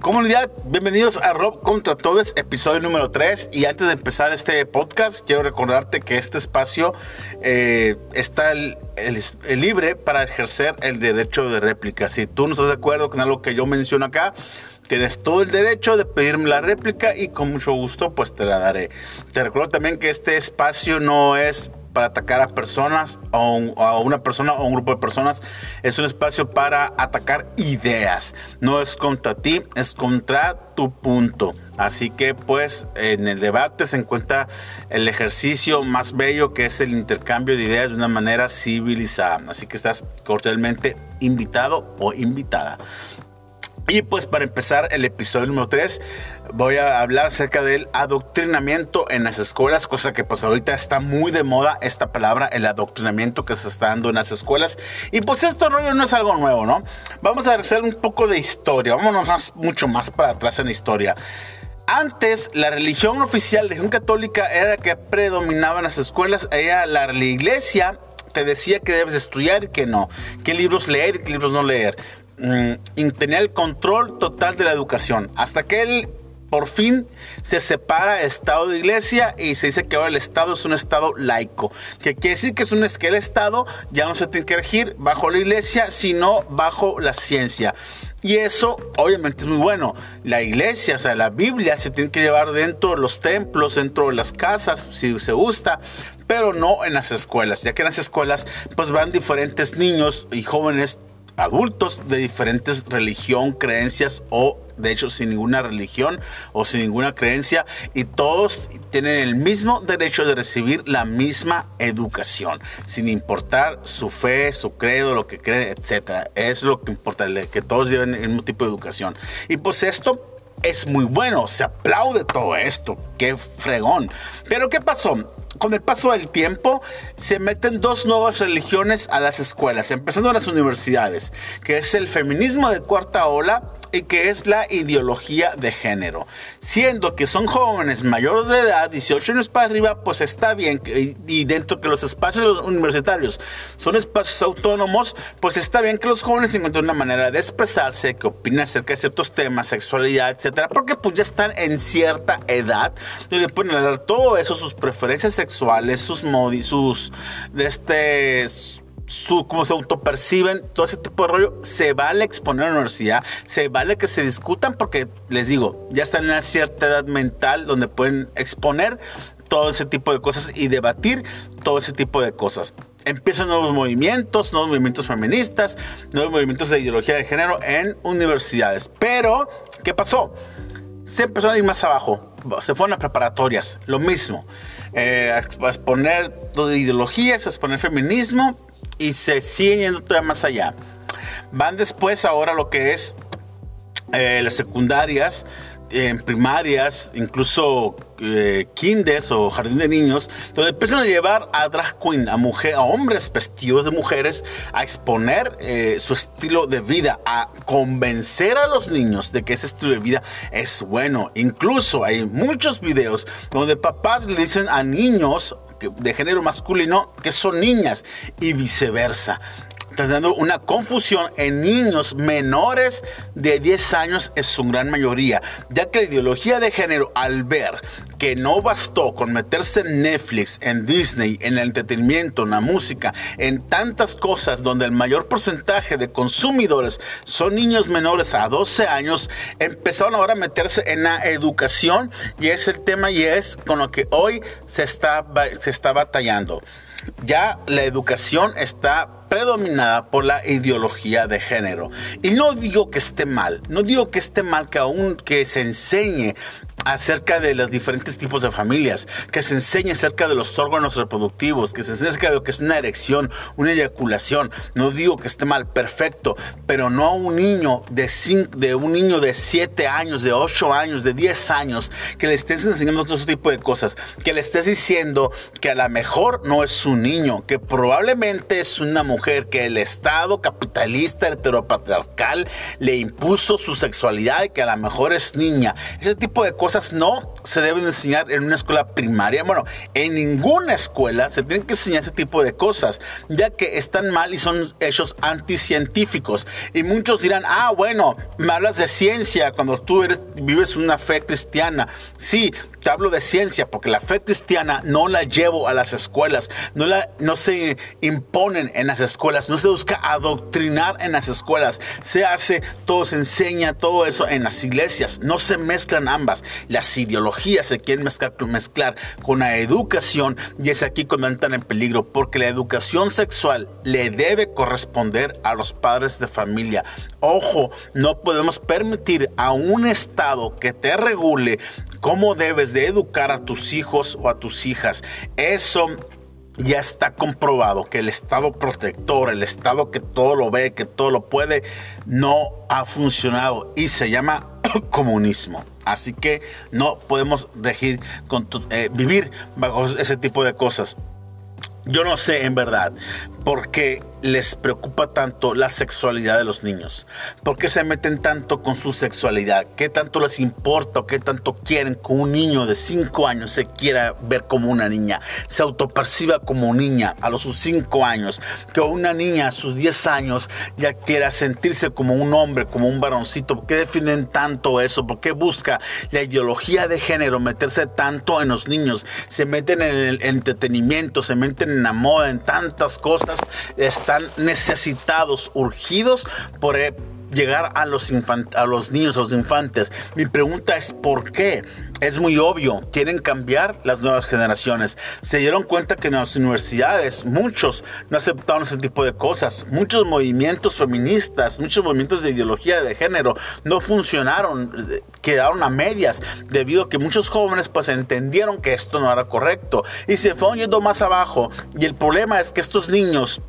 Comunidad, bienvenidos a Rob Contra Todos, episodio número 3. Y antes de empezar este podcast, quiero recordarte que este espacio está libre para ejercer el derecho de réplica. Si tú no estás de acuerdo con algo que yo menciono acá, tienes todo el derecho de pedirme la réplica y con mucho gusto pues te la daré. Te recuerdo también que este espacio no es para atacar a personas o a una persona o un grupo de personas. Es un espacio para atacar ideas. No es contra ti, es contra tu punto. Así que pues en el debate se encuentra el ejercicio más bello, que es el intercambio de ideas de una manera civilizada. Así que estás cordialmente invitado o invitada. Y pues para empezar el episodio número 3 voy a hablar acerca del adoctrinamiento en las escuelas, cosa que pues ahorita está muy de moda esta palabra, el adoctrinamiento que se está dando en las escuelas. Y pues esto rollo no es algo nuevo, ¿no? Vamos a hacer un poco de historia, vámonos mucho más para atrás en la historia. Antes, la religión oficial, la religión católica, era la que predominaba en las escuelas. Era la iglesia te decía que debes estudiar y que no, qué libros leer y qué libros no leer. Tenía el control total de la educación, hasta que él por fin se separa Estado de Iglesia y se dice que ahora el Estado es un Estado laico, que quiere decir que que el Estado ya no se tiene que regir bajo la Iglesia, sino bajo la ciencia. Y eso obviamente es muy bueno. La iglesia, o sea, la Biblia se tiene que llevar dentro de los templos, dentro de las casas, si se gusta, pero no en las escuelas, ya que en las escuelas pues van diferentes niños y jóvenes adultos de diferentes religión, creencias o de hecho sin ninguna religión o sin ninguna creencia, y todos tienen el mismo derecho de recibir la misma educación, sin importar su fe, su credo, lo que creen, etc. Es lo que importa, que todos lleven el mismo tipo de educación. Y pues esto es muy bueno, se aplaude todo esto, qué fregón. Pero ¿qué pasó? Con el paso del tiempo se meten dos nuevas religiones a las escuelas, empezando en las universidades, que es el feminismo de cuarta ola y que es la ideología de género. Siendo que son jóvenes mayores de edad, 18 años para arriba, pues está bien. Y dentro que los espacios universitarios son espacios autónomos, pues está bien que los jóvenes encuentren una manera de expresarse, que opinen acerca de ciertos temas, sexualidad, etcétera, porque pues ya están en cierta edad donde pueden hablar todo eso, sus preferencias sexuales, sus cómo se autoperciben, todo ese tipo de rollo. Se vale exponer en la universidad, se vale que se discutan, porque les digo, ya están en una cierta edad mental donde pueden exponer todo ese tipo de cosas y debatir todo ese tipo de cosas. Empiezan nuevos movimientos feministas, nuevos movimientos de ideología de género en universidades. Pero, ¿qué pasó? Se empezó a ir más abajo, se fueron a preparatorias, lo mismo, a exponer toda ideologías, a exponer feminismo, y se siguen yendo todavía más allá. Van después ahora lo que es las secundarias, en primarias, incluso kinders o jardín de niños, donde empiezan a llevar a drag queen, a hombres vestidos de mujeres, a exponer su estilo de vida, a convencer a los niños de que ese estilo de vida es bueno. Incluso hay muchos videos donde papás le dicen a niños de género masculino que son niñas y viceversa, dando una confusión en niños menores de 10 años en su gran mayoría, ya que la ideología de género, al ver que no bastó con meterse en Netflix, en Disney, en el entretenimiento, en la música, en tantas cosas donde el mayor porcentaje de consumidores son niños menores a 12 años, empezaron ahora a meterse en la educación, y es el tema y es con lo que hoy se está batallando. Ya la educación está predominada por la ideología de género. Y no digo que esté mal, que se enseñe acerca de los diferentes tipos de familias, que se enseñe acerca de los órganos reproductivos, que se enseñe acerca de lo que es una erección, una eyaculación. No digo que esté mal, perfecto, pero no a un niño de 7 años, de 8 años, de 10 años, que le estés enseñando todo ese tipo de cosas, que le estés diciendo que a lo mejor no es un niño, que probablemente es una mujer, que el Estado capitalista heteropatriarcal le impuso su sexualidad y que a lo mejor es niña. Ese tipo de cosas cosas no se deben enseñar en una escuela primaria. Bueno, en ninguna escuela se tienen que enseñar ese tipo de cosas, ya que están mal y son hechos anticientíficos. Y muchos dirán, bueno, me hablas de ciencia cuando tú vives una fe cristiana. Sí, te hablo de ciencia porque la fe cristiana no la llevo a las escuelas, no se imponen en las escuelas, no se busca adoctrinar en las escuelas, se enseña todo eso en las iglesias, no se mezclan ambas. Las ideologías se quieren mezclar con la educación y es aquí cuando entran en peligro, porque la educación sexual le debe corresponder a los padres de familia. Ojo, no podemos permitir a un estado que te regule cómo debes de educar a tus hijos o a tus hijas. Eso ya está comprobado, que el Estado protector, el Estado que todo lo ve, que todo lo puede, no ha funcionado y se llama comunismo. Así que no podemos vivir bajo ese tipo de cosas. Yo no sé en verdad por qué les preocupa tanto la sexualidad de los niños. ¿Por qué se meten tanto con su sexualidad? ¿Qué tanto les importa o qué tanto quieren que un niño de 5 años se quiera ver como una niña? Se autoperciba como niña a sus 5 años. Que una niña a sus 10 años ya quiera sentirse como un hombre, como un varoncito. ¿Por qué definen tanto eso? ¿Por qué busca la ideología de género meterse tanto en los niños? Se meten en el entretenimiento, se meten en la moda, en tantas cosas. Están necesitados, urgidos por llegar a los niños, a los infantes. Mi pregunta es ¿por qué? Es muy obvio, quieren cambiar las nuevas generaciones. Se dieron cuenta que en las universidades muchos no aceptaron ese tipo de cosas. Muchos movimientos feministas, muchos movimientos de ideología de género no funcionaron, quedaron a medias, debido a que muchos jóvenes pues entendieron que esto no era correcto y se fueron yendo más abajo. Y el problema es que estos niños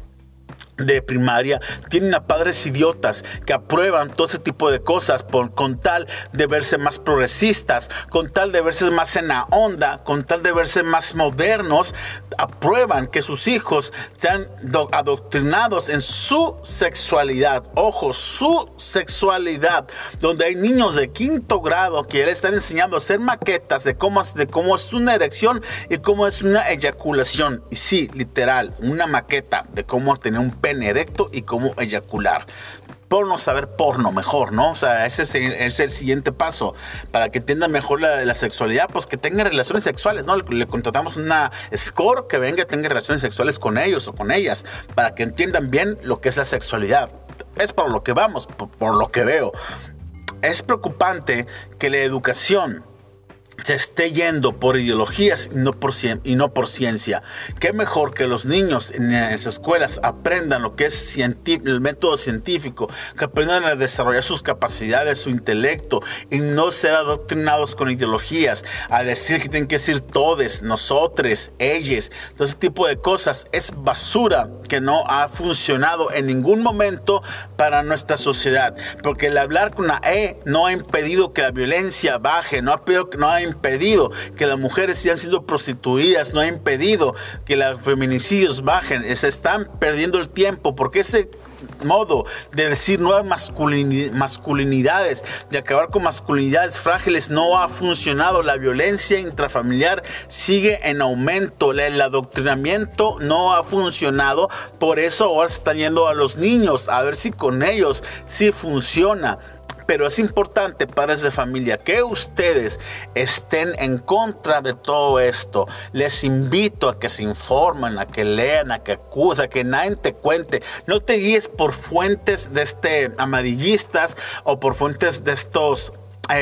de primaria tienen a padres idiotas que aprueban todo ese tipo de cosas con tal de verse más progresistas, con tal de verse más en la onda, con tal de verse más modernos. Aprueban que sus hijos sean adoctrinados en su sexualidad. Ojo, su sexualidad, donde hay niños de 5º grado que le están enseñando a hacer maquetas de cómo es una erección y cómo es una eyaculación. Y sí, literal, una maqueta de cómo tener un pene erecto y cómo eyacular. Porno, saber porno mejor, ¿no? O sea, ese es el siguiente paso. Para que entiendan mejor la sexualidad, pues que tengan relaciones sexuales, ¿no? Le contratamos una escort que venga y tenga relaciones sexuales con ellos o con ellas, para que entiendan bien lo que es la sexualidad. Es por lo que vamos, por lo que veo. Es preocupante que la educación se esté yendo por ideologías y no por ciencia. Qué mejor que los niños en las escuelas aprendan lo que es el método científico, que aprendan a desarrollar sus capacidades, su intelecto, y no ser adoctrinados con ideologías, a decir que tienen que decir todes, nosotros, ellos. Todo ese tipo de cosas es basura que no ha funcionado en ningún momento para nuestra sociedad, porque el hablar con la no ha impedido que la violencia baje, no ha impedido que las mujeres sigan siendo prostituidas, no ha impedido que los feminicidios bajen. Se están perdiendo el tiempo porque ese modo de decir nuevas masculinidades, de acabar con masculinidades frágiles, no ha funcionado. La violencia intrafamiliar sigue en aumento, el adoctrinamiento no ha funcionado. Por eso ahora se están yendo a los niños a ver si con ellos sí funciona. Pero es importante, padres de familia, que ustedes estén en contra de todo esto. Les invito a que se informen, a que lean, a que acusen, a que nadie te cuente. No te guíes por fuentes de amarillistas o por fuentes de estos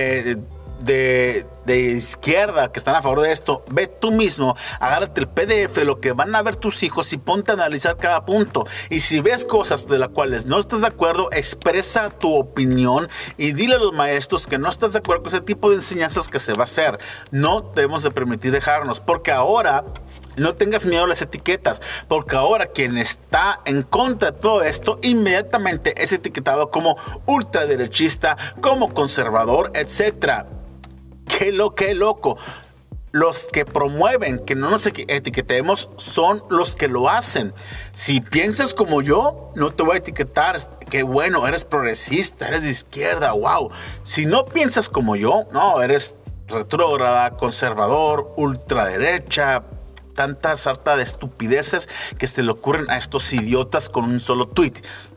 de izquierda que están a favor de esto. Ve tú mismo, agárrate el PDF de lo que van a ver tus hijos y ponte a analizar cada punto. Y si ves cosas de las cuales no estás de acuerdo, expresa tu opinión y dile a los maestros que no estás de acuerdo con ese tipo de enseñanzas que se va a hacer. No debemos de permitir dejarnos, porque ahora no tengas miedo a las etiquetas, porque ahora quien está en contra de todo esto inmediatamente es etiquetado como ultraderechista, como conservador, etc. ¡Qué loco! Los que promueven que no nos etiquetemos son los que lo hacen. Si piensas como yo, no te voy a etiquetar. Qué bueno, eres progresista, eres de izquierda, wow. Si no piensas como yo, no, eres retrógrada, conservador, ultraderecha, tanta sarta de estupideces que se le ocurren a estos idiotas con un solo tweet.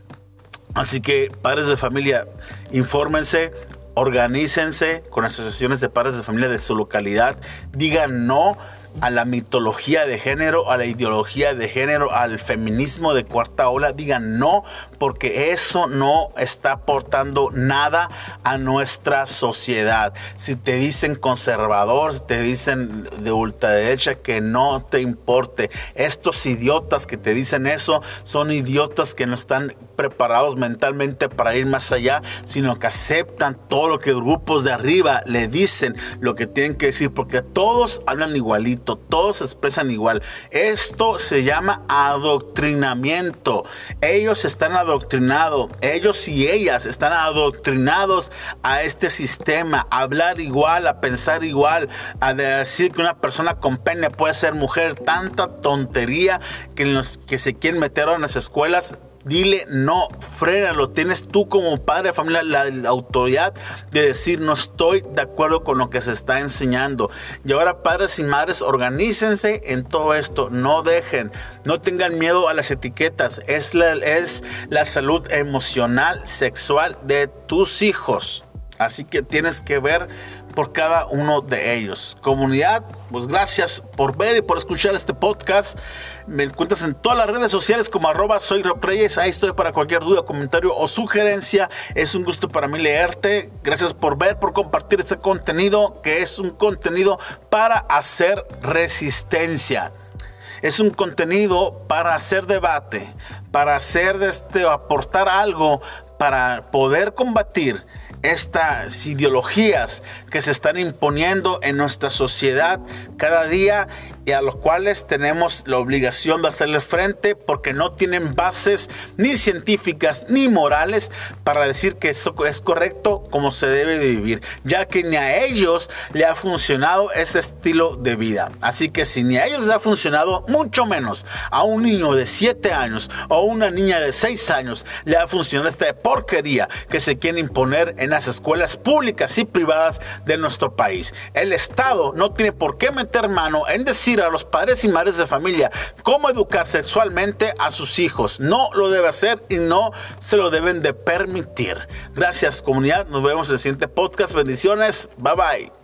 Así que, padres de familia, infórmense, organícense con asociaciones de padres de familia de su localidad, digan no a la mitología de género, a la ideología de género, al feminismo de cuarta ola. Digan no, porque eso no está aportando nada a nuestra sociedad. Si te dicen conservador, si te dicen de ultraderecha, que no te importe. Estos idiotas que te dicen eso son idiotas que no están preparados mentalmente para ir más allá, sino que aceptan todo lo que grupos de arriba le dicen, lo que tienen que decir, porque todos hablan igualito, todos se expresan igual. Esto se llama adoctrinamiento. Ellos están adoctrinados, ellos y ellas están adoctrinados a este sistema, a hablar igual, a pensar igual, a decir que una persona con pene puede ser mujer. Tanta tontería que se quieren meter en las escuelas. Dile no, frénalo. Tienes tú como padre de familia la autoridad de decir no estoy de acuerdo con lo que se está enseñando. Y ahora, padres y madres, organícense en todo esto. No dejen, no tengan miedo a las etiquetas. Es la salud emocional, sexual de tus hijos. Así que tienes que ver por cada uno de ellos. Comunidad, pues gracias por ver y por escuchar este podcast. Me encuentras en todas las redes sociales como @soyrobreyes. Ahí estoy para cualquier duda, comentario o sugerencia. Es un gusto para mí leerte. Gracias por ver, por compartir este contenido, que es un contenido para hacer resistencia. Es un contenido para hacer debate, para aportar algo, para poder combatir estas ideologías que se están imponiendo en nuestra sociedad cada día y a los cuales tenemos la obligación de hacerle frente, porque no tienen bases ni científicas ni morales para decir que eso es correcto como se debe de vivir, ya que ni a ellos le ha funcionado ese estilo de vida. Así que si ni a ellos les ha funcionado, mucho menos a un niño de 7 años o una niña de 6 años le ha funcionado esta porquería que se quiere imponer en las escuelas públicas y privadas de nuestro país. El Estado no tiene por qué meter mano en decir a los padres y madres de familia cómo educar sexualmente a sus hijos. No lo debe hacer y no se lo deben de permitir. Gracias, comunidad. Nos vemos en el siguiente podcast. Bendiciones. Bye bye.